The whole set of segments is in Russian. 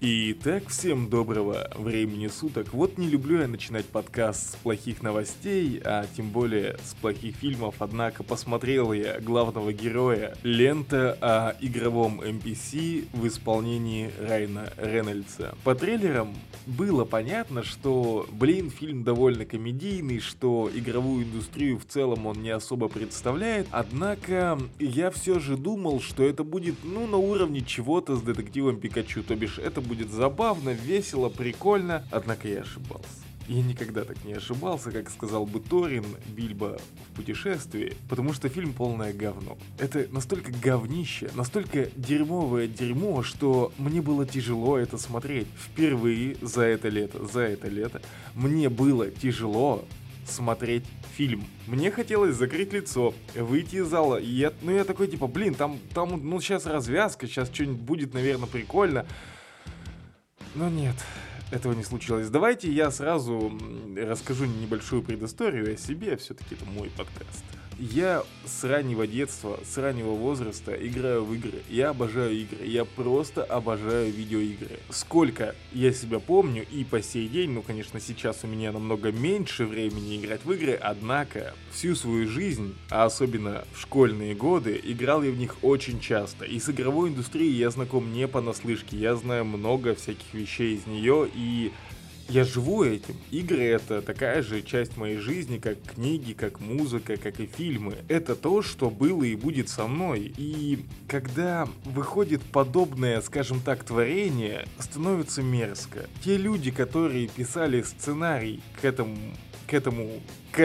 Итак, всем доброго времени суток. Вот не люблю я начинать подкаст с плохих новостей, а тем более с плохих фильмов, однако посмотрел я главного героя, лента о игровом NPC в исполнении Райана Рейнольдса. По трейлерам было понятно, что, фильм довольно комедийный, что игровую индустрию в целом он не особо представляет, однако я все же думал, что это будет, на уровне чего-то с детективом Пикачу, то бишь это будет забавно, весело, прикольно, однако я ошибался. Я никогда так не ошибался, как сказал бы Торин, Бильбо в путешествии, потому что фильм полное говно. Это настолько говнище, настолько дерьмовое дерьмо, что мне было тяжело это смотреть. Впервые за это лето мне было тяжело смотреть фильм. Мне хотелось закрыть лицо, выйти из зала, и я такой там сейчас развязка, сейчас что-нибудь будет, наверное, прикольно. Но нет, этого не случилось. Давайте я сразу расскажу небольшую предысторию о себе, все-таки это мой подкаст. Я с раннего детства, с раннего возраста играю в игры. Я обожаю игры, я просто обожаю видеоигры. Сколько я себя помню и по сей день, конечно, сейчас у меня намного меньше времени играть в игры, однако всю свою жизнь, а особенно в школьные годы, играл я в них очень часто. И с игровой индустрией я знаком не понаслышке, я знаю много всяких вещей из нее и... Я живу этим. Игры — это такая же часть моей жизни, как книги, как музыка, как и фильмы. Это то, что было и будет со мной. И когда выходит подобное, скажем так, творение, становится мерзко. Те люди, которые писали сценарий к этому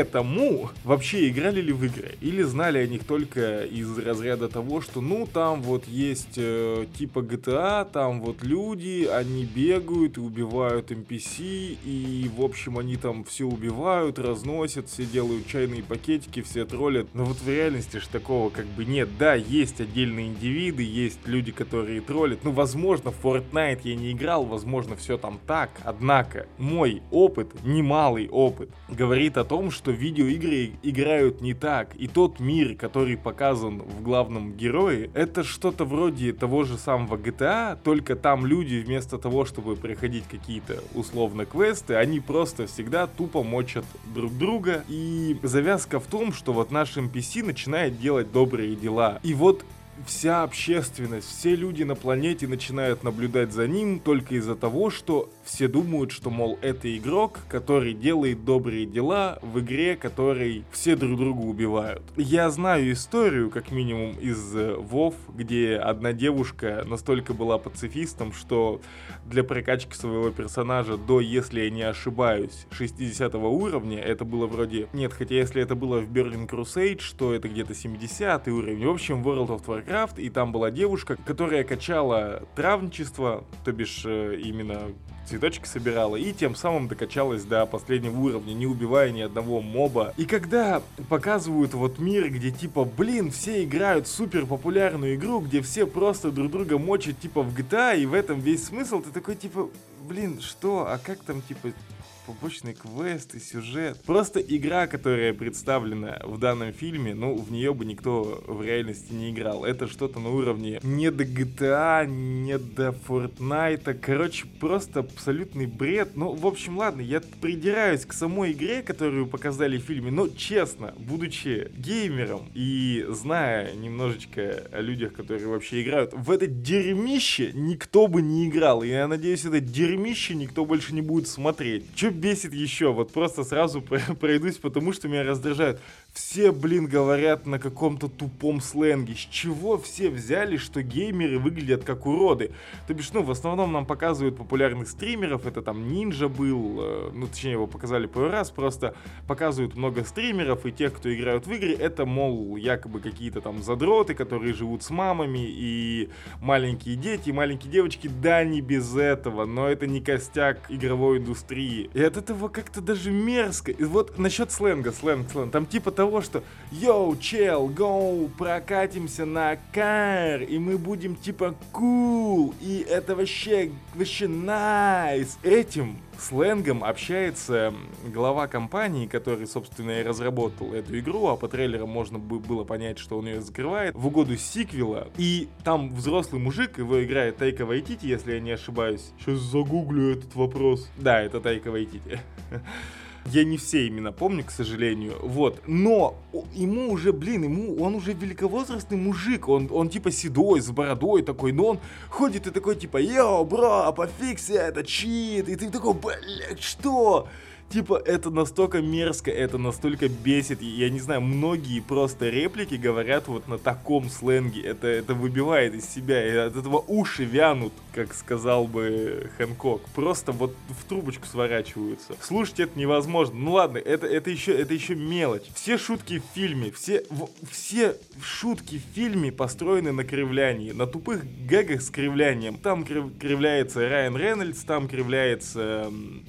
вообще играли ли в игры? Или знали о них только из разряда того, что там вот есть типа GTA, там вот люди, они бегают и убивают NPC, и в общем они там все убивают, разносят, все делают чайные пакетики, все троллят. Но вот в реальности ж такого как бы нет. Да, есть отдельные индивиды, есть люди, которые троллят. Возможно, в Fortnite я не играл, возможно, все там так. Однако, мой опыт, немалый опыт, говорит о том, что видеоигры играют не так, и тот мир, который показан в главном герое, это что-то вроде того же самого GTA, только там люди вместо того, чтобы проходить какие-то условно квесты, они просто всегда тупо мочат друг друга, и завязка в том, что вот наш NPC начинает делать добрые дела, и вот вся общественность, все люди на планете начинают наблюдать за ним только из-за того, что все думают, что, мол, это игрок, который делает добрые дела в игре, которой все друг друга убивают. Я знаю историю, как минимум, из WoW, где одна девушка настолько была пацифистом, что для прокачки своего персонажа до, если я не ошибаюсь, 60 уровня, это было вроде... Нет, хотя если это было в Burning Crusade, что это где-то 70 уровень. В общем, World of Warcraft, и там была девушка, которая качала травничество, то бишь именно цветочки собирала, и тем самым докачалась до последнего уровня, не убивая ни одного моба. И когда показывают вот мир, где типа, все играют супер популярную игру, где все просто друг друга мочат типа в GTA, и в этом весь смысл, ты такой типа, что, а как там типа... побочный квест и сюжет. Просто игра, которая представлена в данном фильме, в нее бы никто в реальности не играл. Это что-то на уровне не до GTA, не до Fortnite. Короче, просто абсолютный бред. В общем, ладно, я придираюсь к самой игре, которую показали в фильме, но честно, будучи геймером и зная немножечко о людях, которые вообще играют, в это дерьмище никто бы не играл. И я надеюсь, это дерьмище никто больше не будет смотреть. Че бесит еще? Вот просто сразу пройдусь, потому что меня раздражают. Все, говорят на каком-то тупом сленге. С чего все взяли, что геймеры выглядят как уроды? То бишь, в основном нам показывают популярных стримеров. Это там Ninja был, точнее, его показали пару раз. Просто показывают много стримеров, и тех, кто играют в игры, это, мол, якобы какие-то там задроты, которые живут с мамами, и маленькие дети, и маленькие девочки. Да, не без этого, но это не костяк игровой индустрии. И от этого как-то даже мерзко. И вот насчет сленга, там типа того, что «Йоу, чел, гоу, прокатимся на кар, и мы будем типа cool, и это вообще найс». Этим сленгом общается глава компании, который, собственно, и разработал эту игру, а по трейлерам можно было понять, что он ее закрывает, в угоду сиквела. И там взрослый мужик, его играет Тайка Вайтити, если я не ошибаюсь. Сейчас загуглю этот вопрос. Да, это Тайка Вайтити. Я не все имена помню, к сожалению, вот, но ему уже, он уже великовозрастный мужик, он типа седой, с бородой такой, но он ходит и такой типа, йоу, бро, пофикси, это чит, и ты такой, блядь, что? Типа, это настолько мерзко, это настолько бесит. Я не знаю, многие просто реплики говорят вот на таком сленге. Это выбивает из себя, и от этого уши вянут, как сказал бы Хэнкок. Просто вот в трубочку сворачиваются. Слушать это невозможно. Ну ладно, это еще мелочь. Все шутки в фильме, все шутки в фильме построены на кривлянии, на тупых гэгах с кривлянием. Там кривляется Райан Рейнольдс, там кривляется...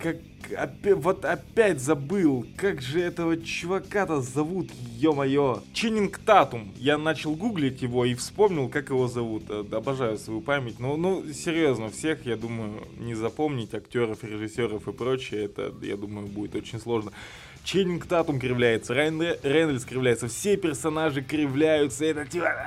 опять забыл, как же этого чувака-то зовут, ё-моё. Ченнинг Татум. Я начал гуглить его и вспомнил, как его зовут. Обожаю свою память. Ну, серьезно, всех, я думаю, не запомнить, актеров, режиссеров и прочее, это, я думаю, будет очень сложно. Ченнинг Татум кривляется, Райан Рейнольдс кривляется, все персонажи кривляются, это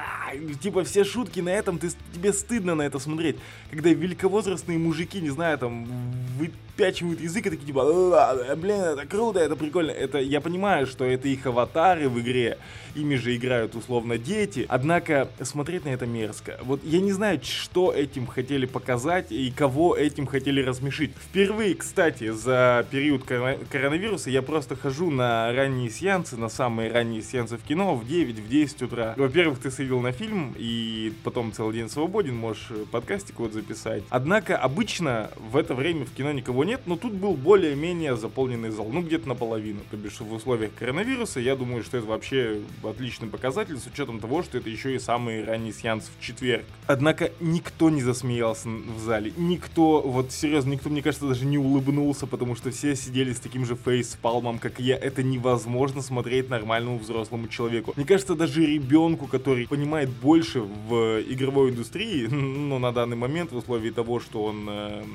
типа все шутки на этом, тебе стыдно на это смотреть, когда великовозрастные мужики, не знаю, там, выпячивают язык и такие типа, блин, это круто, это прикольно, это, я понимаю, что это их аватары в игре, ими же играют условно дети, однако смотреть на это мерзко. Вот я не знаю, что этим хотели показать и кого этим хотели рассмешить. Впервые, кстати, за период коронавируса я просто хожу на ранние сеансы, на самые ранние сеансы в кино в 9-10 утра. Во-первых, ты сходил на фильм, и потом целый день свободен, можешь подкастик вот записать. Однако, обычно в это время в кино никого нет, но тут был более-менее заполненный зал, ну где-то наполовину. То бишь в условиях коронавируса, я думаю, что это вообще отличный показатель, с учетом того, что это еще и самый ранний сеанс в четверг. Однако, никто не засмеялся в зале, никто, вот серьезно, никто, мне кажется, даже не улыбнулся, потому что все сидели с таким же фейспалмом, как я. Это невозможно смотреть нормальному взрослому человеку. Мне кажется, даже ребенку, который понимает больше в игровой индустрии, но на данный момент в условии того, что он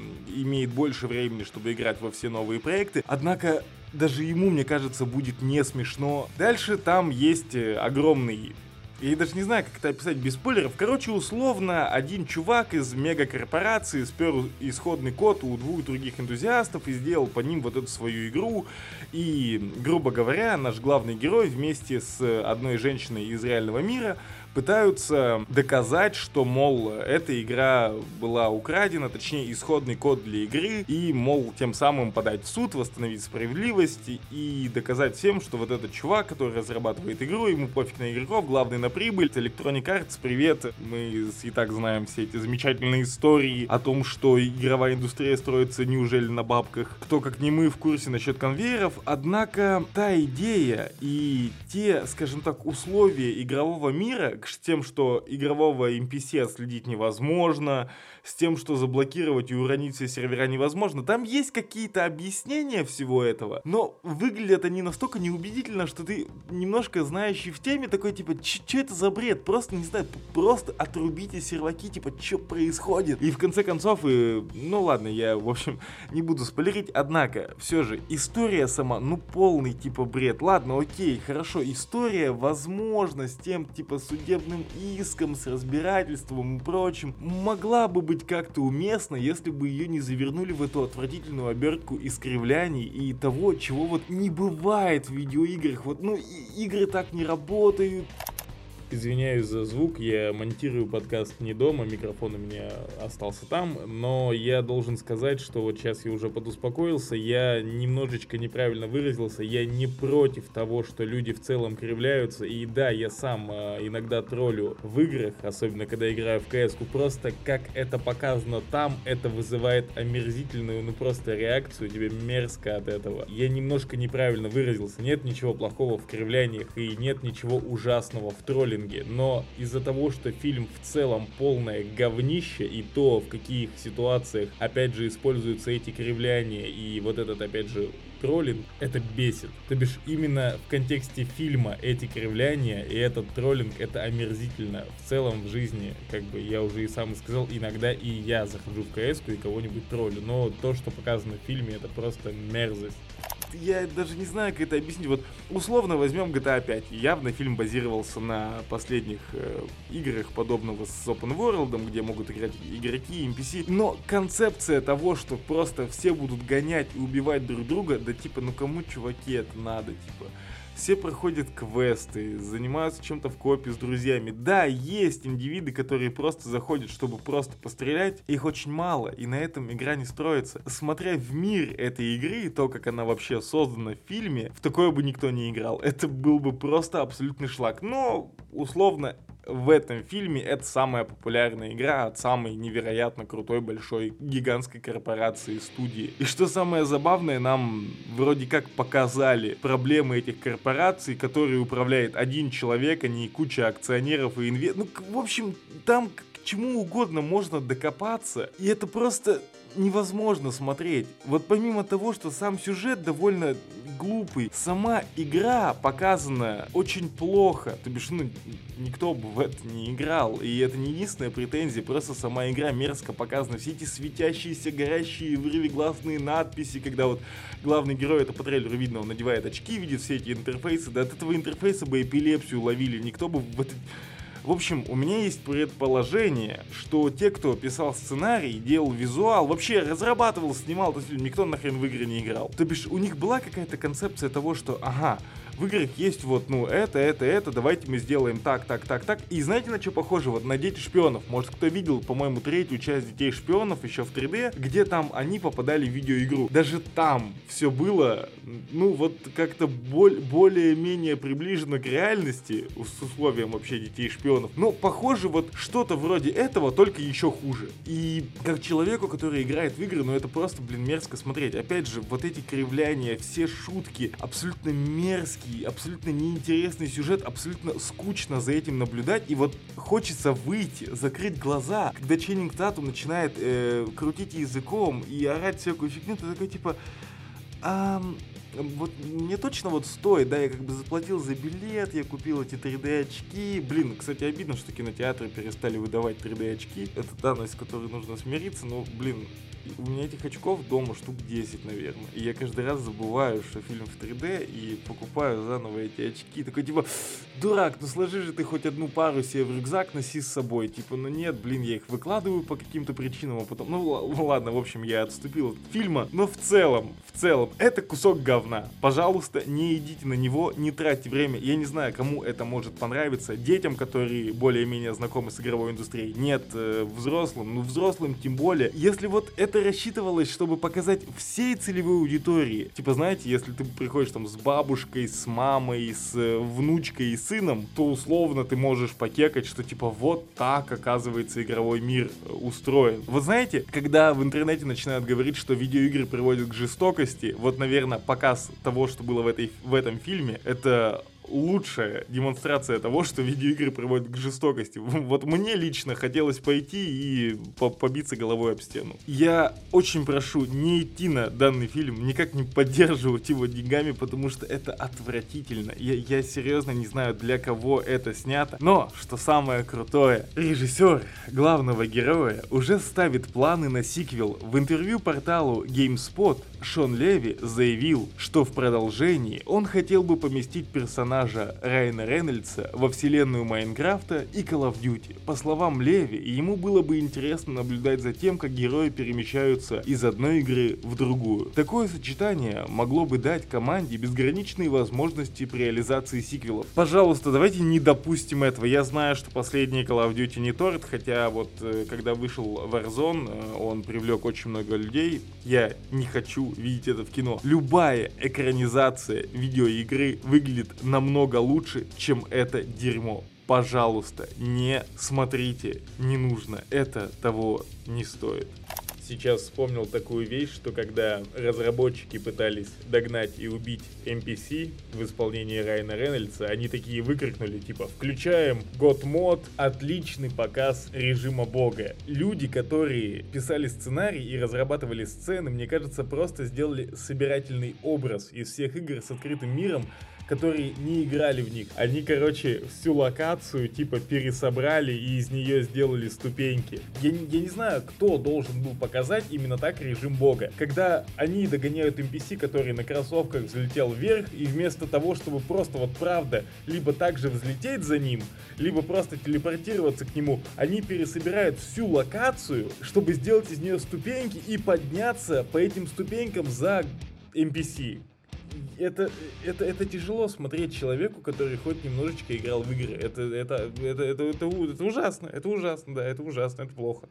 имеет больше времени, чтобы играть во все новые проекты, однако даже ему, мне кажется, будет не смешно. Дальше там есть огромный... Я даже не знаю, как это описать без спойлеров. Короче, условно, один чувак из мегакорпорации спер исходный код у двух других энтузиастов и сделал по ним вот эту свою игру. И, грубо говоря, наш главный герой вместе с одной женщиной из реального мира пытаются доказать, что, мол, эта игра была украдена, точнее, исходный код для игры, и, мол, тем самым подать в суд, восстановить справедливость и доказать всем, что вот этот чувак, который разрабатывает игру, ему пофиг на игроков, главное на прибыль. Electronic Arts, привет, мы и так знаем все эти замечательные истории о том, что игровая индустрия строится неужели на бабках. Кто как не мы в курсе насчет конвейеров, однако та идея и те, скажем так, условия игрового мира, с тем, что игрового NPC отследить невозможно, с тем, что заблокировать и уронить все сервера невозможно. Там есть какие-то объяснения всего этого, но выглядят они настолько неубедительно, что ты, немножко знающий в теме, такой типа, что это за бред? Просто, не знаю, просто отрубите серваки, типа, что происходит? И в конце концов, ну ладно, я, в общем, не буду спойлерить, однако, все же, история сама, ну полный типа бред. Ладно, окей, хорошо, история, возможно, с тем, типа, судебным иском, с разбирательством и прочим, могла бы быть как-то уместно, если бы ее не завернули в эту отвратительную обертку искривляний и того, чего вот не бывает в видеоиграх. Вот, ну, игры так не работают. Извиняюсь за звук, я монтирую подкаст не дома, микрофон у меня остался там, но я должен сказать, что вот сейчас я уже подуспокоился, я немножечко неправильно выразился, я не против того, что люди в целом кривляются, и да, я сам иногда троллю в играх, особенно когда играю в CS-ку, просто как это показано там, это вызывает омерзительную, ну просто реакцию, тебе мерзко от этого. Я немножко неправильно выразился, нет ничего плохого в кривляниях и нет ничего ужасного в троллинге. троллинге, но из-за того, что фильм в целом полное говнище, и то, в каких ситуациях, опять же, используются эти кривляния, и вот этот, опять же, троллинг, это бесит. То бишь, именно в контексте фильма эти кривляния и этот троллинг, это омерзительно. В целом, в жизни, как бы, я уже и сам сказал, иногда и я захожу в КС-ку и кого-нибудь троллю, но то, что показано в фильме, это просто мерзость. Я даже не знаю, как это объяснить. Вот условно возьмем GTA 5. Явно фильм базировался на последних играх подобного с Open World, где могут играть игроки, NPC. Но концепция того, что просто все будут гонять и убивать друг друга, да типа, ну кому, чуваки, это надо, типа. Все проходят квесты, занимаются чем-то в коопе с друзьями. Да, есть индивиды, которые просто заходят, чтобы просто пострелять. Их очень мало, и на этом игра не строится. Смотря в мир этой игры, то, как она вообще создана в фильме, в такое бы никто не играл. Это был бы просто абсолютный шлак. Но, условно, в этом фильме это самая популярная игра от самой невероятно крутой, большой, гигантской корпорации, студии. И что самое забавное, нам вроде как показали проблемы этих корпораций, которые управляет один человек, а не куча акционеров и инвесторов. Ну, в общем, там к чему угодно можно докопаться, и это просто невозможно смотреть. Вот помимо того, что сам сюжет довольно глупый, сама игра показана очень плохо. То бишь, ну, никто бы в это не играл. И это не единственная претензия, просто сама игра мерзко показана. Все эти светящиеся, горящие, вырвиглазные надписи, когда вот главный герой, это по трейлеру видно, он надевает очки, видит все эти интерфейсы. Да от этого интерфейса бы эпилепсию ловили. Никто бы в это... В общем, у меня есть предположение, что те, кто писал сценарий, делал визуал, вообще разрабатывал, снимал этот фильм, никто нахрен в игры не играл. То бишь, у них была какая-то концепция того, что, ага, в играх есть вот, ну, это, давайте мы сделаем так. И знаете, на что похоже? Вот на «Дети шпионов». Может, кто видел, по-моему, третью часть «Детей шпионов» еще в 3D, где там они попадали в видеоигру. Даже там все было, ну, вот как-то более-менее приближено к реальности, с условием вообще «Детей шпионов». Но, похоже, вот что-то вроде этого, только еще хуже. И как человеку, который играет в игры, ну, это просто, блин, мерзко смотреть. Опять же, вот эти кривляния, все шутки, абсолютно мерзкие, абсолютно неинтересный сюжет, абсолютно скучно за этим наблюдать, и вот хочется выйти, закрыть глаза, когда Ченнинг Татум начинает крутить языком и орать всякую фигню, ты такой типа... Вот мне точно вот стоит, да, я как бы заплатил за билет, я купил эти 3D очки. Блин, кстати, обидно, что кинотеатры перестали выдавать 3D очки. Это данность, с которой нужно смириться, но, блин, у меня этих очков дома штук 10, наверное. И я каждый раз забываю, что фильм в 3D, и покупаю заново эти очки. Такой, типа, дурак, ну сложи же ты хоть одну пару себе в рюкзак, носи с собой. Типа, ну нет, блин, я их выкладываю по каким-то причинам, а потом... Ну ладно, в общем, я отступил от фильма. Но в целом, это кусок говна. Пожалуйста, не идите на него, не тратьте время. Я не знаю, кому это может понравиться. Детям, которые более-менее знакомы с игровой индустрией. Нет, взрослым, ну взрослым тем более. Если вот это рассчитывалось, чтобы показать всей целевой аудитории. Типа, знаете, если ты приходишь там с бабушкой, с мамой, с внучкой и сыном, то условно ты можешь покекать, что типа вот так, оказывается, игровой мир устроен. Вот знаете, когда в интернете начинают говорить, что видеоигры приводят к жестокости, вот, наверное, показ того, что было в этом фильме, это лучшая демонстрация того, что видеоигры приводят к жестокости. Вот мне лично хотелось пойти и побиться головой об стену. Я очень прошу не идти на данный фильм, никак не поддерживать его деньгами, потому что это отвратительно. Я серьезно не знаю, для кого это снято. Но, что самое крутое, режиссер главного героя уже ставит планы на сиквел. В интервью порталу GameSpot Шон Леви заявил, что в продолжении он хотел бы поместить персонажа Райана Рейнольдса во вселенную Майнкрафта и Call of Duty. По словам Леви, ему было бы интересно наблюдать за тем, как герои перемещаются из одной игры в другую. Такое сочетание могло бы дать команде безграничные возможности при реализации сиквелов. Пожалуйста, давайте не допустим этого. Я знаю, что последний Call of Duty не торт, хотя вот когда вышел Warzone, он привлек очень много людей. Я не хочу видеть это в кино. Любая экранизация видеоигры выглядит намного лучше, чем это дерьмо. Пожалуйста, не смотрите, не нужно, это того не стоит. сейчас вспомнил такую вещь, что когда разработчики пытались догнать и убить NPC в исполнении Райана Рейнольдса, они такие выкрикнули, типа, включаем God Mode, отличный показ режима бога. Люди, которые писали сценарий и разрабатывали сцены, мне кажется, просто сделали собирательный образ из всех игр с открытым миром, которые не играли в них. Они, короче, всю локацию типа пересобрали и из нее сделали ступеньки. Я не знаю, кто должен был показать именно так режим бога. Когда они догоняют NPC, который на кроссовках взлетел вверх, и вместо того, чтобы просто вот правда либо также взлететь за ним, либо просто телепортироваться к нему, они пересобирают всю локацию, чтобы сделать из нее ступеньки и подняться по этим ступенькам за NPC. Это тяжело смотреть человеку, который хоть немножечко играл в игры. Это ужасно, это ужасно, это плохо.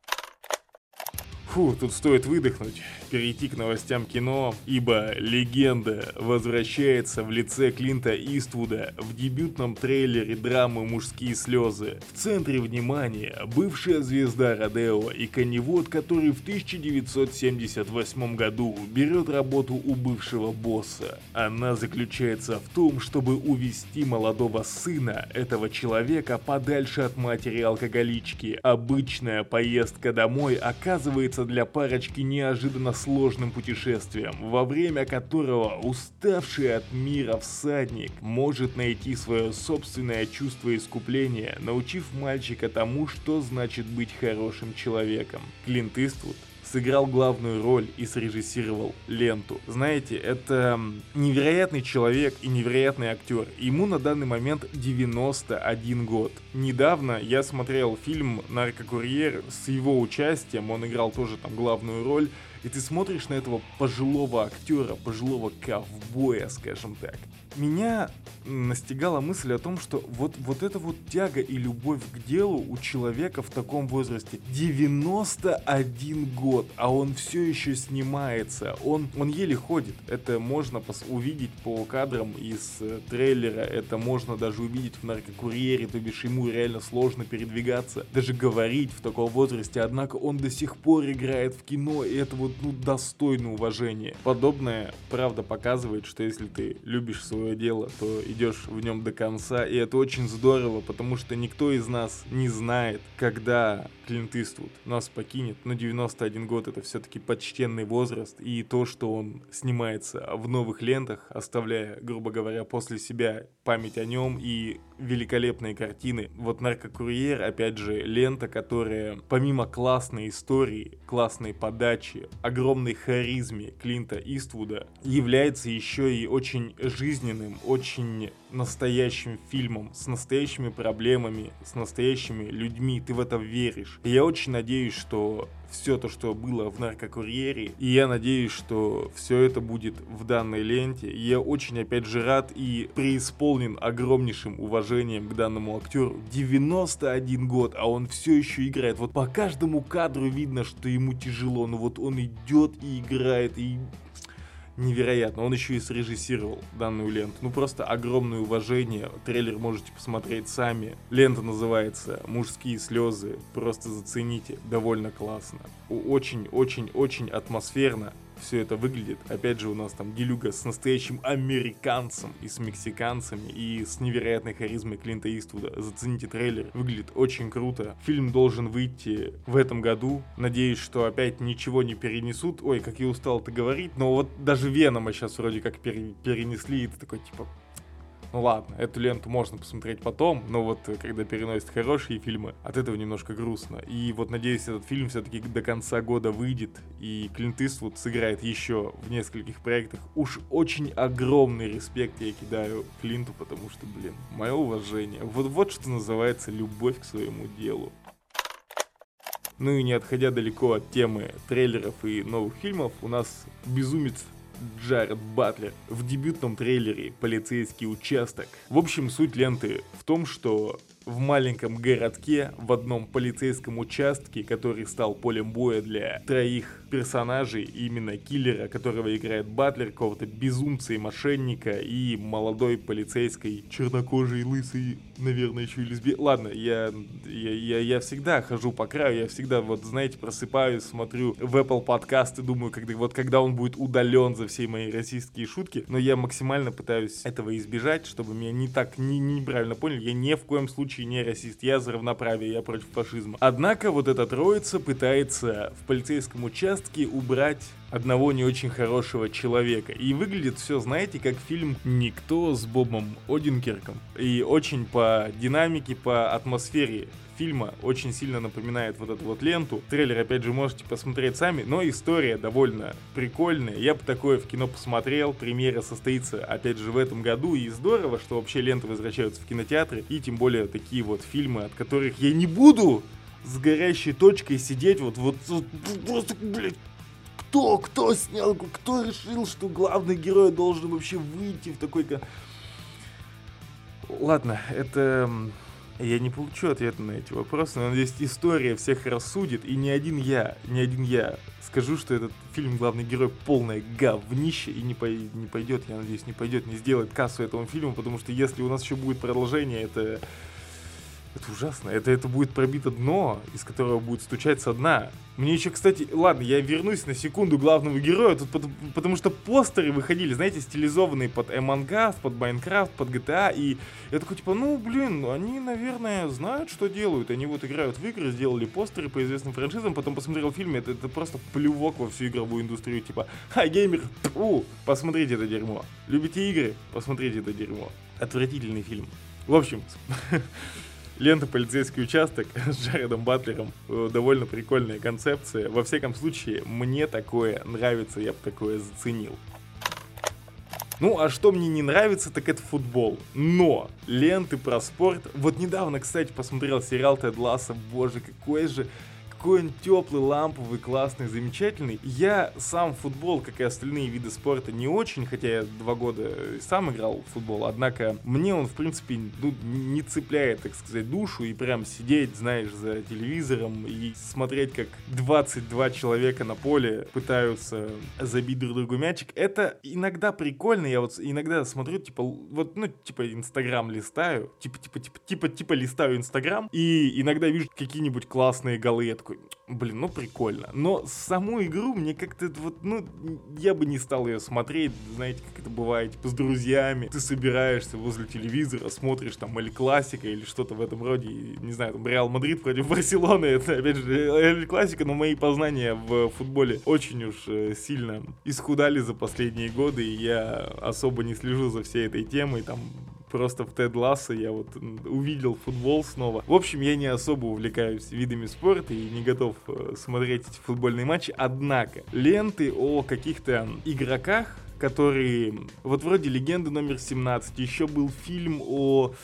Фу, тут стоит выдохнуть, перейти к новостям кино, ибо легенда возвращается в лице Клинта Иствуда в дебютном трейлере драмы «Мужские слезы». В центре внимания бывшая звезда Родео и коневод, который в 1978 году берет работу у бывшего босса. Она заключается в том, чтобы увести молодого сына этого человека подальше от матери-алкоголички. Обычная поездка домой оказывается для парочки неожиданно сложным путешествием, во время которого уставший от мира всадник может найти свое собственное чувство искупления, научив мальчика тому, что значит быть хорошим человеком. Клинт Иствуд сыграл главную роль и срежиссировал ленту. Знаете, это невероятный человек и невероятный актер. Ему на данный момент 91 год. Недавно я смотрел фильм «Наркокурьер» с его участием, он играл тоже там главную роль. И ты смотришь на этого пожилого актера, пожилого ковбоя, скажем так. Меня настигала мысль о том, что вот эта вот тяга и любовь к делу у человека в таком возрасте. 91 год, а он все еще снимается. Он еле ходит. Это можно увидеть по кадрам из трейлера. Это можно даже увидеть в «Наркокурьере», то бишь ему реально сложно передвигаться, даже говорить в таком возрасте. Однако он до сих пор играет в кино, и это вот достойно уважения. Подобное, правда, показывает, что если ты любишь свое дело, то идешь в нем до конца, и это очень здорово, потому что никто из нас не знает, когда Клинт Иствуд нас покинет, но 91 год это все-таки почтенный возраст, и то, что он снимается в новых лентах, оставляя, грубо говоря, после себя память о нем и великолепные картины. Вот «Наркокурьер», опять же, лента, которая помимо классной истории, классной подачи, огромной харизме Клинта Иствуда, является еще и очень жизненным, очень настоящим фильмом, с настоящими проблемами, с настоящими людьми, ты в это веришь. И я очень надеюсь, что все то, что было в «Наркокурьере», и я надеюсь, что все это будет в данной ленте. И я очень, опять же, рад и преисполнен огромнейшим уважением к данному актеру. 91 год, а он все еще играет. Вот по каждому кадру видно, что ему тяжело, но вот он идет и играет, и невероятно. Он еще и срежиссировал данную ленту. Ну просто огромное уважение. Трейлер можете посмотреть сами. Лента называется «Мужские слезы». Просто зацените. Довольно классно. Очень-очень-очень атмосферно все это выглядит. Опять же, у нас там делюга с настоящим американцем и с мексиканцами, и с невероятной харизмой Клинта Иствуда. Зацените трейлер. Выглядит очень круто. Фильм должен выйти в этом году. Надеюсь, что опять ничего не перенесут. Ой, как я устал это говорить. Но вот даже Венома сейчас вроде как перенесли. И ты такой, типа... Ну ладно, эту ленту можно посмотреть потом, но вот когда переносят хорошие фильмы, от этого немножко грустно. И вот надеюсь, этот фильм все-таки до конца года выйдет, и Клинт Иствуд сыграет еще в нескольких проектах. Уж очень огромный респект я кидаю Клинту, потому что, блин, мое уважение. Вот что называется любовь к своему делу. Ну и не отходя далеко от темы трейлеров и новых фильмов, у нас безумец Джаред Батлер в дебютном трейлере «Полицейский участок». В общем, суть ленты в том, что в маленьком городке, в одном полицейском участке, который стал полем боя для 3 персонажей, именно киллера, которого играет Батлер, какого-то безумца и мошенника, и молодой полицейской, чернокожей, лысой, наверное, еще и лесбиянки. Ладно, я всегда хожу по краю, я всегда, вот, знаете, просыпаюсь, смотрю в Apple подкасты, думаю, когда он будет удален за все мои российские шутки, но я максимально пытаюсь этого избежать, чтобы меня неправильно поняли, я ни в коем случае не расист, я за равноправие, я против фашизма. Однако вот эта троица пытается в полицейском участке убрать одного не очень хорошего человека. И выглядит все, знаете, как фильм «Никто» с Бобом Оденкирком. И очень по динамике, по атмосфере фильма очень сильно напоминает вот эту вот ленту. Трейлер, опять же, можете посмотреть сами, но история довольно прикольная. Я бы такое в кино посмотрел. Премьера состоится, опять же, в этом году. И здорово, что вообще ленты возвращаются в кинотеатры. И тем более такие вот фильмы, от которых я не буду с горящей точкой сидеть вот просто, блядь. Кто снял, кто решил, что главный герой должен вообще выйти в такой... Ладно, это... Я не получу ответа на эти вопросы, но надеюсь, история всех рассудит, и не один я скажу, что этот фильм главный герой полное говнище, и не пойдет, я надеюсь, не пойдет, не сделает кассу этому фильму, потому что если у нас еще будет продолжение, это ужасно. Это будет пробито дно, из которого будет стучать со дна. Мне еще, кстати, ладно, я вернусь на секунду к главному герою, тут потому что постеры выходили, знаете, стилизованные под Among Us, под Minecraft, под GTA, и я такой, типа, они, наверное, знают, что делают. Они вот играют в игры, сделали постеры по известным франшизам, потом посмотрел фильм, это просто плювок во всю игровую индустрию, типа, геймер, посмотрите это дерьмо. Любите игры? Посмотрите это дерьмо. Отвратительный фильм. В общем... Лента «Полицейский участок» с Джаредом Батлером. Довольно прикольная концепция. Во всяком случае, мне такое нравится, я бы такое заценил. Ну, а что мне не нравится, так это футбол. Но ленты про спорт... Вот недавно, кстати, посмотрел сериал Тед Лассо. Боже, какой он теплый, ламповый, классный, замечательный. Я сам футбол, как и остальные виды спорта, не очень, хотя я 2 года сам играл в футбол, однако мне он, в принципе, не цепляет, так сказать, душу, и прям сидеть, знаешь, за телевизором и смотреть, как 22 человека на поле пытаются забить друг другу мячик. Это иногда прикольно, я вот иногда смотрю, Инстаграм листаю, листаю Инстаграм, и иногда вижу какие-нибудь классные голы, я такой, прикольно. Но саму игру мне как-то я бы не стал ее смотреть, знаете, как это бывает, с друзьями. Ты собираешься возле телевизора, смотришь там Эль Классика или что-то в этом роде, и, не знаю, там Реал Мадрид против Барселоны, это, опять же, Эль Классика, но мои познания в футболе очень уж сильно исхудали за последние годы, и я особо не слежу за всей этой темой, там, просто в Тед Лассо я вот увидел футбол снова. В общем, я не особо увлекаюсь видами спорта и не готов смотреть эти футбольные матчи. Однако, ленты о каких-то игроках, которые... Вот вроде «Легенды номер 17», еще был фильм о...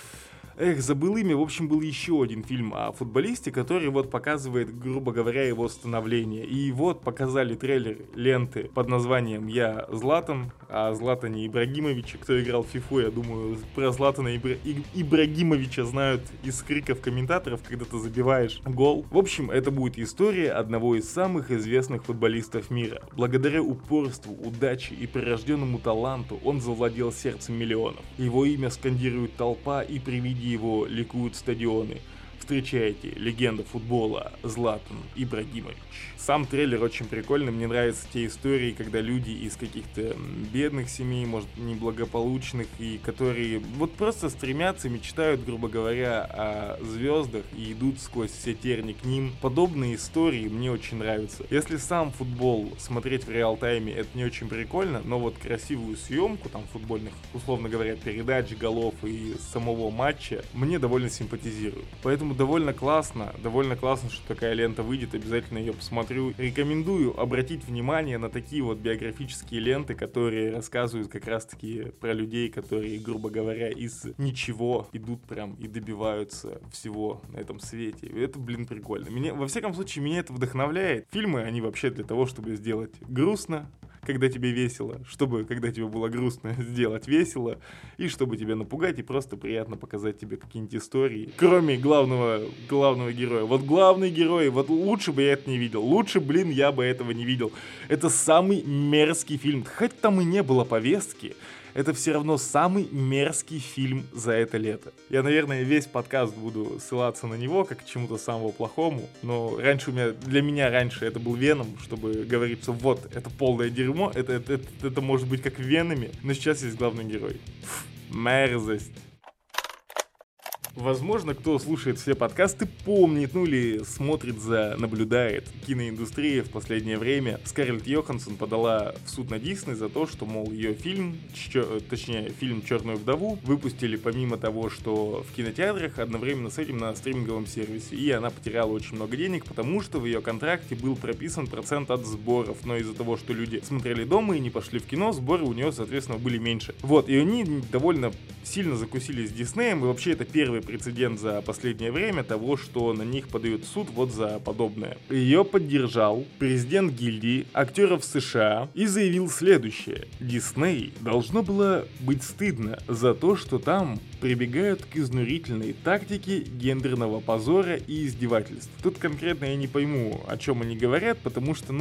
забыл имя. В общем, был еще один фильм о футболисте, который вот показывает, грубо говоря, его становление. И вот показали трейлер ленты под названием «Я Златан», о Златане Ибрагимовиче. Кто играл в фифу, я думаю, про Златана Ибрагимовича знают из криков комментаторов, когда ты забиваешь гол. В общем, это будет история одного из самых известных футболистов мира. Благодаря упорству, удаче и прирожденному таланту он завладел сердцем миллионов. Его имя скандирует толпа, и при виде его ликуют стадионы. Встречайте, легенда футбола Златан Ибрагимович. Сам трейлер очень прикольный, мне нравятся те истории, когда люди из каких-то бедных семей, может, неблагополучных, и которые вот просто стремятся, мечтают, грубо говоря, о звездах и идут сквозь все терни к ним. Подобные истории мне очень нравятся. Если сам футбол смотреть в реал-тайме, это не очень прикольно, но вот красивую съемку там футбольных, условно говоря, передач, голов и самого матча мне довольно симпатизирует. Поэтому довольно классно, что такая лента выйдет, обязательно ее посмотрю. Рекомендую обратить внимание на такие вот биографические ленты, которые рассказывают как раз-таки про людей, которые, грубо говоря, из ничего идут прям и добиваются всего на этом свете. И это, прикольно. Во всяком случае, меня это вдохновляет. Фильмы, они вообще для того, чтобы сделать грустно, когда тебе весело, чтобы, когда тебе было грустно, сделать весело, и чтобы тебя напугать, и просто приятно показать тебе какие-нибудь истории. Кроме главного героя. Вот главный герой, вот лучше бы я это не видел. Лучше, я бы этого не видел. Это самый мерзкий фильм. Хоть там и не было повестки, это все равно самый мерзкий фильм за это лето. Я, наверное, весь подкаст буду ссылаться на него, как к чему-то самому плохому, но для меня раньше это был Веном, чтобы говорить, что вот, это полное дерьмо, это может быть как Венами, но сейчас есть главный герой. Мерзость. Возможно, кто слушает все подкасты, помнит, или наблюдает киноиндустрия в последнее время. Скарлетт Йоханссон подала в суд на Дисней за то, что, мол, ее фильм «Черную вдову» выпустили помимо того, что в кинотеатрах, одновременно с этим на стриминговом сервисе. И она потеряла очень много денег, потому что в ее контракте был прописан процент от сборов. Но из-за того, что люди смотрели дома и не пошли в кино, сборы у нее, соответственно, были меньше. И они довольно сильно закусили с Диснеем, и вообще это первый прецедент за последнее время того, что на них подают в суд за подобное. Ее поддержал президент гильдии актеров США и заявил следующее. Дисней должно было быть стыдно за то, что там прибегают к изнурительной тактике гендерного позора и издевательств. Тут конкретно я не пойму, о чем они говорят, потому что,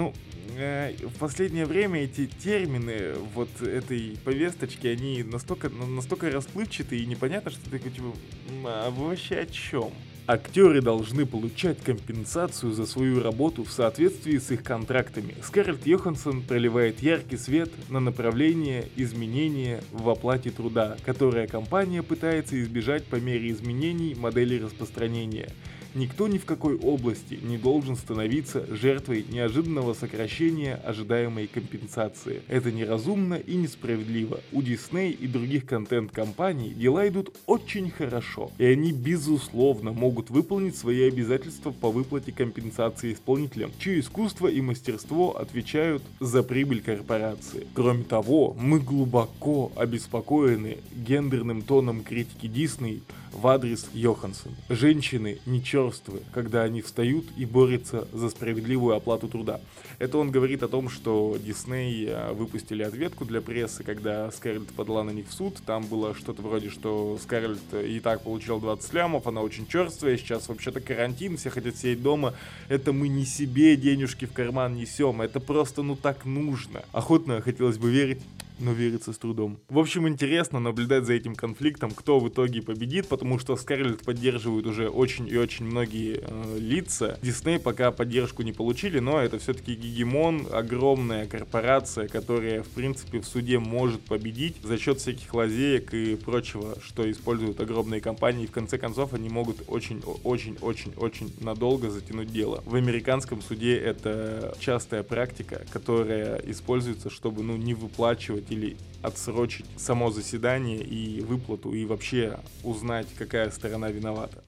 в последнее время эти термины этой повесточки, они настолько расплывчатые и непонятно, что ты такой, а вы вообще о чем? Актеры должны получать компенсацию за свою работу в соответствии с их контрактами. Скарлетт Йоханссон проливает яркий свет на направление изменения в оплате труда, которое компания пытается избежать по мере изменений модели распространения. Никто ни в какой области не должен становиться жертвой неожиданного сокращения ожидаемой компенсации. Это неразумно и несправедливо. У Disney и других контент-компаний дела идут очень хорошо, и они безусловно могут выполнить свои обязательства по выплате компенсации исполнителям, чье искусство и мастерство отвечают за прибыль корпорации. Кроме того, мы глубоко обеспокоены гендерным тоном критики Disney в адрес Йоханссон. Женщины не черствы, когда они встают и борются за справедливую оплату труда. Это он говорит о том, что Дисней выпустили ответку для прессы, когда Скарлетт подала на них в суд. Там было что-то вроде, что Скарлетт и так получила 20 лямов, она очень черствая, сейчас вообще-то карантин, все хотят сидеть дома. Это мы не себе денежки в карман несем, это просто так нужно. Охотно хотелось бы верить, но верится с трудом. В общем, интересно наблюдать за этим конфликтом, кто в итоге победит, потому что Скарлетт поддерживают уже очень и очень многие лица. Дисней пока поддержку не получили, но это все-таки гегемон, огромная корпорация, которая, в принципе, в суде может победить за счет всяких лазеек и прочего, что используют огромные компании. В конце концов, они могут очень-очень-очень-очень надолго затянуть дело. В американском суде это частая практика, которая используется, чтобы, не выплачивать или отсрочить само заседание и выплату, и вообще узнать, какая сторона виновата.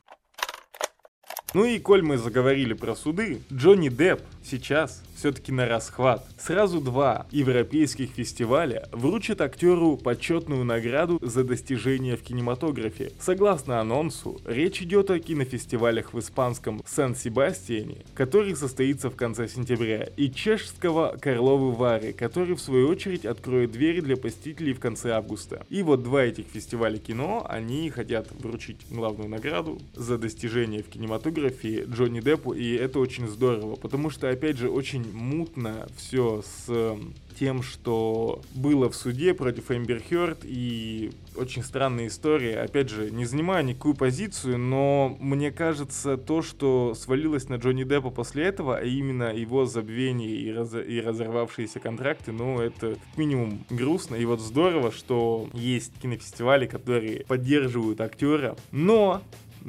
И коль мы заговорили про суды, Джонни Депп сейчас все-таки на расхват. Сразу 2 европейских фестиваля вручат актеру почетную награду за достижения в кинематографе. Согласно анонсу, речь идет о кинофестивалях в испанском Сан-Себастьяне, который состоится в конце сентября, и чешского Карловы Вары, который в свою очередь откроет двери для посетителей в конце августа. И 2 этих фестиваля кино, они хотят вручить главную награду за достижения в кинематографе Джонни Деппу, и это очень здорово, потому что, опять же, очень мутно все с тем, что было в суде против Эмбер Хёрд, и очень странная история. Опять же, не занимаю никакую позицию, но мне кажется, то, что свалилось на Джонни Деппа после этого, а именно его забвение и разорвавшиеся контракты, это как минимум грустно. И здорово, что есть кинофестивали, которые поддерживают актера, но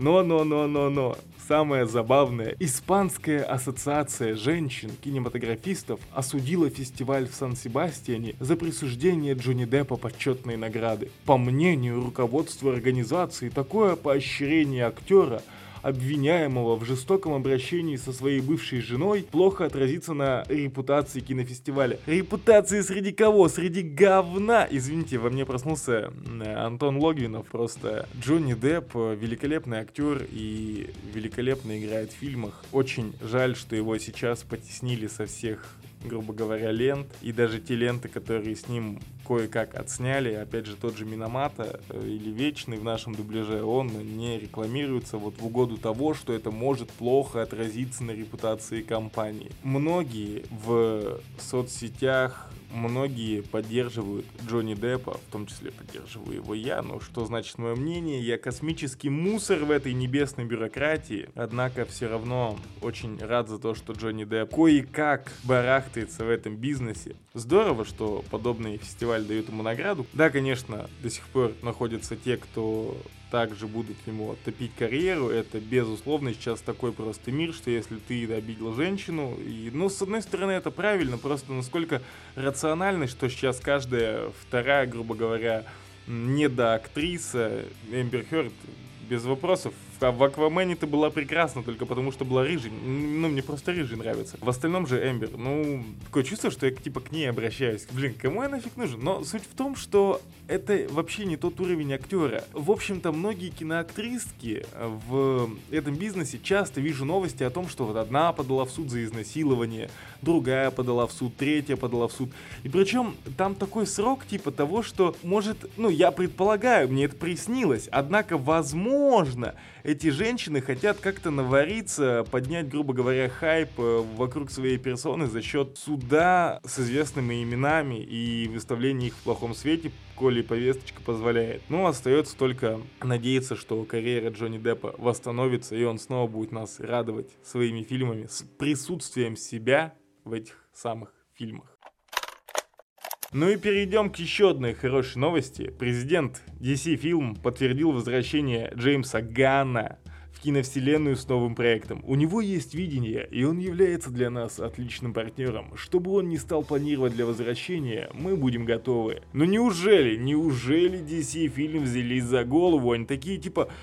самое забавное, Испанская ассоциация женщин-кинематографистов осудила фестиваль в Сан-Себастьяне за присуждение Джонни Деппа почетной награды. По мнению руководства организации, такое поощрение актера, обвиняемого в жестоком обращении со своей бывшей женой, плохо отразится на репутации кинофестиваля. Репутации среди кого? Среди говна! Извините, во мне проснулся Антон Логвинов. Просто Джонни Депп великолепный актер и великолепно играет в фильмах. Очень жаль, что его сейчас потеснили со всех грубо говоря, лент, и даже те ленты, которые с ним кое-как отсняли, опять же, тот же Миномата или Вечный в нашем дубляже, он не рекламируется вот в угоду того, что это может плохо отразиться на репутации компании. Многие в соцсетях, многие поддерживают Джонни Деппа, в том числе поддерживаю его я, но что значит мое мнение? Я космический мусор в этой небесной бюрократии, однако все равно очень рад за то, что Джонни Депп кое-как барахтается в этом бизнесе. Здорово, что подобный фестиваль дает ему награду. Да, конечно, до сих пор находятся те, кто также будут ему топить карьеру. Это, безусловно, сейчас такой просто мир, что если ты обидел женщину, с одной стороны, это правильно, просто насколько рационально, что сейчас каждая вторая, грубо говоря, недоактриса Эмбер Хёрд, без вопросов. В Аквамене-то была прекрасна только потому, что была рыжей. Мне просто рыжий нравится. В остальном же Эмбер, такое чувство, что я к ней обращаюсь. Кому я нафиг нужен? Но суть в том, что это вообще не тот уровень актера. В общем-то, многие киноактрисски в этом бизнесе часто вижу новости о том, что вот одна подала в суд за изнасилование, другая подала в суд, третья подала в суд. И причем там такой срок типа того, что может, я предполагаю, мне это приснилось, однако, возможно, эти женщины хотят как-то навариться, поднять, грубо говоря, хайп вокруг своей персоны за счет суда с известными именами и выставления их в плохом свете, коли повесточка позволяет. Остается только надеяться, что карьера Джонни Деппа восстановится, и он снова будет нас радовать своими фильмами с присутствием себя в этих самых фильмах. И перейдем к еще одной хорошей новости. Президент DC Film подтвердил возвращение Джеймса Ганна в киновселенную с новым проектом. У него есть видение, и он является для нас отличным партнером. Что бы он ни стал планировать для возвращения, мы будем готовы. Но неужели DC Film взялись за голову? Они такие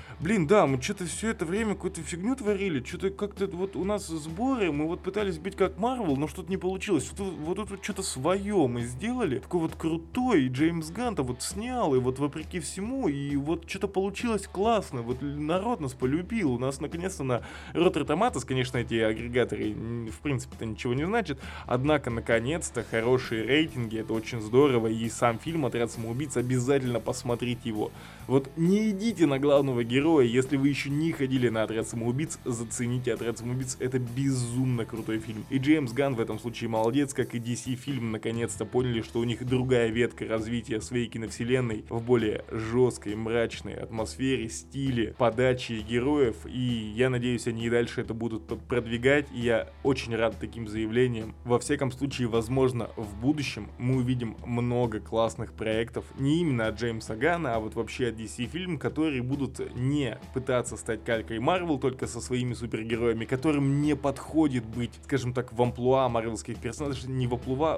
мы что-то все это время какую-то фигню творили, что-то как-то вот у нас сборы, мы пытались быть как Marvel, но что-то не получилось. Вот это что-то свое мы сделали, такой вот крутой, и Джеймс Ганн-то снял, и вопреки всему, и что-то получилось классно, народ нас полюбил. У нас наконец-то на Rotten Tomatoes, конечно, эти агрегаторы в принципе-то ничего не значат, однако наконец-то хорошие рейтинги, это очень здорово, и сам фильм «Отряд самоубийц», обязательно посмотрите его. Не идите на главного героя, если вы еще не ходили на «Отряд самоубийц», зацените «Отряд самоубийц», это безумно крутой фильм. И Джеймс Ганн в этом случае молодец, как и DC Film наконец-то поняли, что у них другая ветка развития своей киновселенной в более жесткой, мрачной атмосфере, стиле, подаче героев, и я надеюсь, они и дальше это будут продвигать, и я очень рад таким заявлениям. Во всяком случае, возможно, в будущем мы увидим много классных проектов, не именно от Джеймса Ганна, а вообще от DC Film, которые будут не пытаться стать калькой Marvel, только со своими супергероями, которым не подходит быть, скажем так, в амплуа марвелских персонажей, не в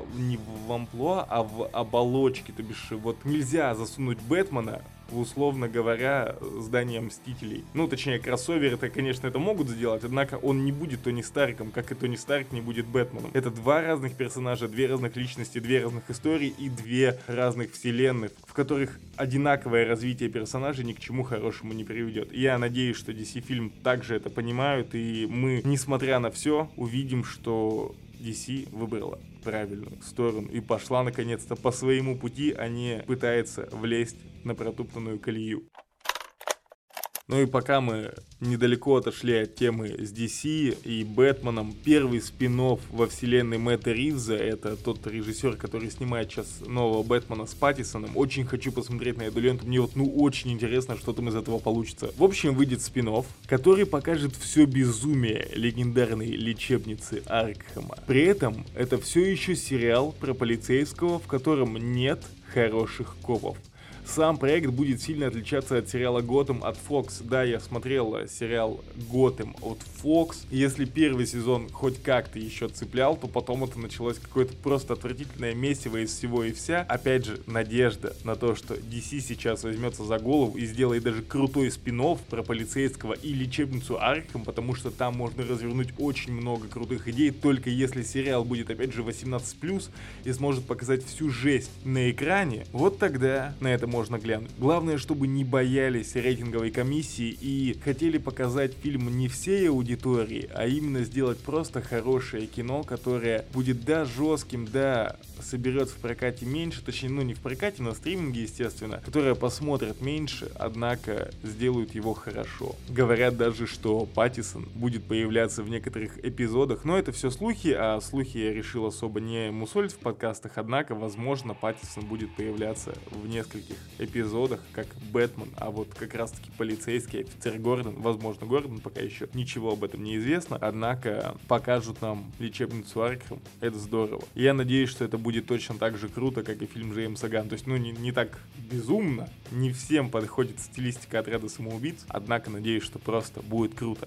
амплуа, а в оболочке, то бишь нельзя засунуть Бэтмена условно говоря, здание Мстителей. Точнее, кроссоверы-то, конечно, это могут сделать, однако он не будет Тони Старком, как и Тони Старк не будет Бэтменом. Это два разных персонажа, две разных личности, две разных истории и две разных вселенных, в которых одинаковое развитие персонажей ни к чему хорошему не приведет. Я надеюсь, что DC Film также это понимают, и мы, несмотря на все, увидим, что DC выбрала правильную сторону и пошла наконец-то по своему пути, а не пытается влезть на протоптанную колею. И пока мы недалеко отошли от темы с DC и Бэтменом, первый спин-офф во вселенной Мэтта Ривза, это тот режиссер, который снимает сейчас нового Бэтмена с Паттисоном. Очень хочу посмотреть на эту ленту, мне очень интересно, что там из этого получится. В общем, выйдет спин-офф, который покажет все безумие легендарной лечебницы Аркхема. При этом это все еще сериал про полицейского, в котором нет хороших копов. Сам проект будет сильно отличаться от сериала «Готэм» от Fox. Да, я смотрел сериал «Готэм» от Fox. Если первый сезон хоть как-то еще цеплял, то потом это началось какое-то просто отвратительное месиво из всего и вся. Опять же, надежда на то, что DC сейчас возьмется за голову и сделает даже крутой спин-офф про полицейского и лечебницу Аркхэм, потому что там можно развернуть очень много крутых идей, только если сериал будет, опять же, 18+, и сможет показать всю жесть на экране, вот тогда на этом можно глянуть. Главное, чтобы не боялись рейтинговой комиссии и хотели показать фильм не всей аудитории, а именно сделать просто хорошее кино, которое будет, да, жестким, да, соберет в прокате меньше, точнее, ну не в прокате, на стриминге, естественно, которое посмотрят меньше, однако сделают его хорошо. Говорят даже, что Паттинсон будет появляться в некоторых эпизодах, но это все слухи, а слухи я решил особо не мусолить в подкастах, однако, возможно, Паттинсон будет появляться в нескольких эпизодах, как Бэтмен, а вот как раз-таки полицейский офицер Гордон, возможно, Гордон, пока еще ничего об этом не известно, однако покажут нам лечебницу Аркхэм, это здорово. Я надеюсь, что это будет точно так же круто, как и фильм Джеймса Ганна, то есть, ну, не так безумно, не всем подходит стилистика Отряда самоубийц, однако надеюсь, что просто будет круто.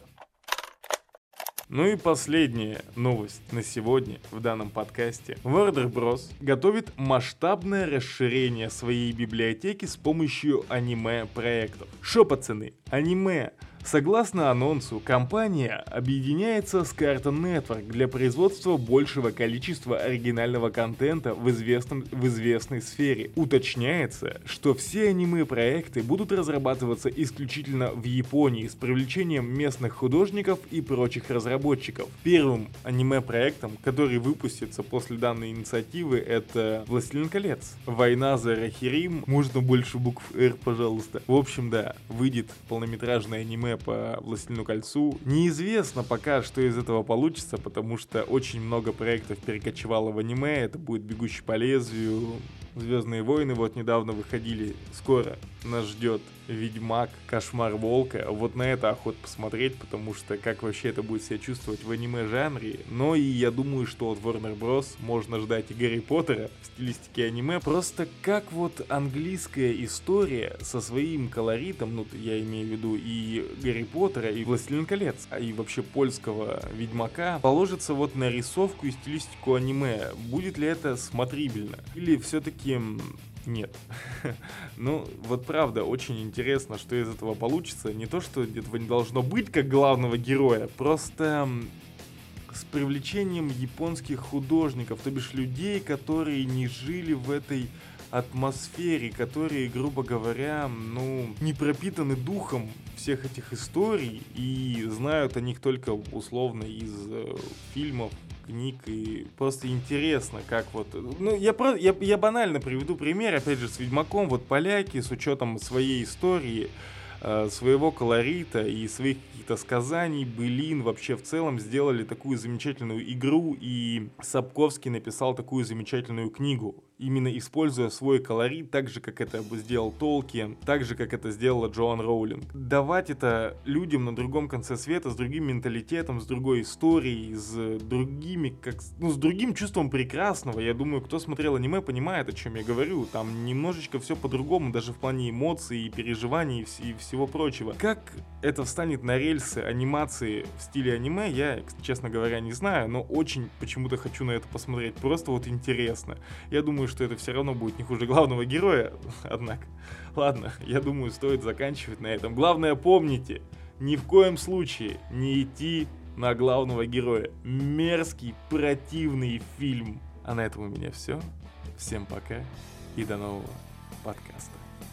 Ну и последняя новость на сегодня в данном подкасте. Warner Bros. Готовит масштабное расширение своей библиотеки с помощью аниме-проектов. Шо, пацаны, аниме? Согласно анонсу, компания объединяется с Cartoon Network для производства большего количества оригинального контента в известной сфере. Уточняется, что все аниме-проекты будут разрабатываться исключительно в Японии с привлечением местных художников и прочих разработчиков. Первым аниме-проектом, который выпустится после данной инициативы, это «Властелин колец». «Война за Рахирим». Можно больше букв «Р», пожалуйста. В общем, да, выйдет полнометражное аниме по «Властелину кольцу». Неизвестно пока, что из этого получится, потому что очень много проектов перекочевало в аниме. Это будет «Бегущий по лезвию», «Звездные войны» вот недавно выходили. Скоро нас ждет «Ведьмак», «Кошмар волка». Вот на это охота посмотреть, потому что как вообще это будет себя чувствовать в аниме-жанре. Но и я думаю, что от Warner Bros. Можно ждать и Гарри Поттера в стилистике аниме. Просто как вот английская история со своим колоритом, ну я имею в виду и Гарри Поттера, и «Властелин колец», а и вообще польского «Ведьмака», положится вот на рисовку и стилистику аниме. Будет ли это смотрибельно? Или все-таки нет. Ну, вот правда, очень интересно, что из этого получится. Не то, что этого не должно быть как главного героя, просто с привлечением японских художников, то бишь людей, которые не жили в этой атмосфере, которые, грубо говоря, ну, не пропитаны духом всех этих историй и знают о них только условно из фильмов, книг, и просто интересно, как вот... Ну, я банально приведу пример, опять же, с Ведьмаком. Вот поляки с учетом своей истории, своего колорита и своих каких-то сказаний, былин, вообще в целом сделали такую замечательную игру, и Сапковский написал такую замечательную книгу, именно используя свой колорит, так же, как это сделал Толкин, так же, как это сделала Джоан Роулинг. Давать это людям на другом конце света, с другим менталитетом, с другой историей, с другими, с другим чувством прекрасного. Я думаю, кто смотрел аниме, понимает, о чем я говорю. Там немножечко все по-другому, даже в плане эмоций и переживаний и всего прочего. Как это встанет на рельсы анимации в стиле аниме, я, честно говоря, не знаю, но очень почему-то хочу на это посмотреть. Просто вот интересно. Я думаю, что это все равно будет не хуже главного героя, однако. Ладно, я думаю, стоит заканчивать на этом. Главное, помните, ни в коем случае не идти на главного героя. Мерзкий, противный фильм. А на этом у меня все. Всем пока и до нового подкаста.